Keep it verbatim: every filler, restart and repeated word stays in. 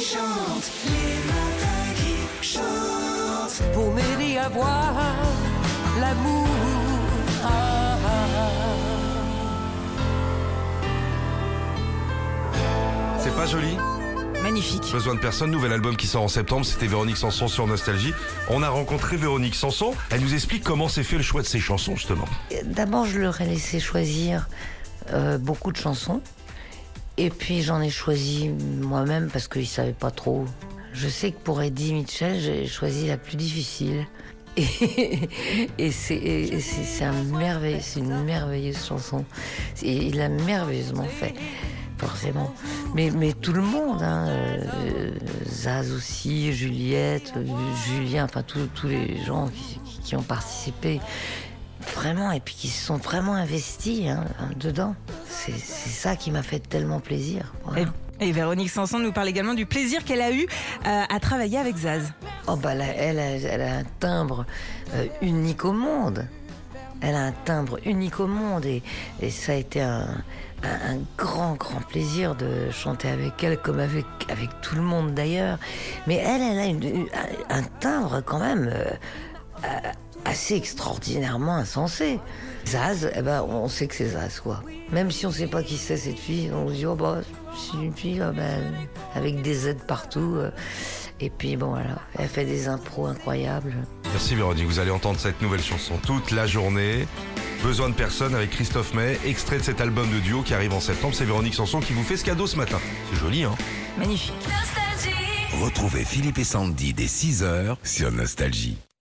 chantent, les matins qui chantent. Pour m'aider à voir l'amour. Ah, ah, ah. C'est pas joli? Magnifique. Besoin de personne, nouvel album qui sort en septembre, c'était Véronique Sanson sur Nostalgie. On a rencontré Véronique Sanson, elle nous explique comment s'est fait le choix de ses chansons justement. D'abord, je leur ai laissé choisir euh, beaucoup de chansons. Et puis, j'en ai choisi moi-même parce qu'ils ne savaient pas trop. Je sais que pour Eddie Mitchell, j'ai choisi la plus difficile. Et, et c'est, et c'est, c'est, un merveille, c'est une merveilleuse chanson. Et il l'a merveilleusement fait, forcément. Mais, mais tout le monde, hein, euh, Zaz aussi, Juliette, euh, Julien, enfin tous les gens qui, qui ont participé. Vraiment, et puis qui se sont vraiment investis hein, dedans. C'est, c'est ça qui m'a fait tellement plaisir. Voilà. Et, et Véronique Sanson nous parle également du plaisir qu'elle a eu euh, à travailler avec Zaz. Oh bah là, elle, a, elle a un timbre euh, unique au monde. Elle a un timbre unique au monde et, et ça a été un, un, un grand, grand plaisir de chanter avec elle, comme avec, avec tout le monde d'ailleurs. Mais elle, elle a une, une, un timbre quand même euh, assez extraordinairement insensé. Zaz, eh ben, on sait que c'est Zaz, quoi. Même si on ne sait pas qui c'est cette fille, on se dit, oh bah, c'est une fille oh, ben, avec des Z partout. Euh, et puis bon, voilà, elle fait des impros incroyables. Merci Véronique, vous allez entendre cette nouvelle chanson toute la journée. Besoin de personne avec Christophe Maé, extrait de cet album de duo qui arrive en septembre. C'est Véronique Sanson qui vous fait ce cadeau ce matin. C'est joli, hein? Magnifique. Nostalgie. Retrouvez Philippe et Sandy dès six heures sur Nostalgie.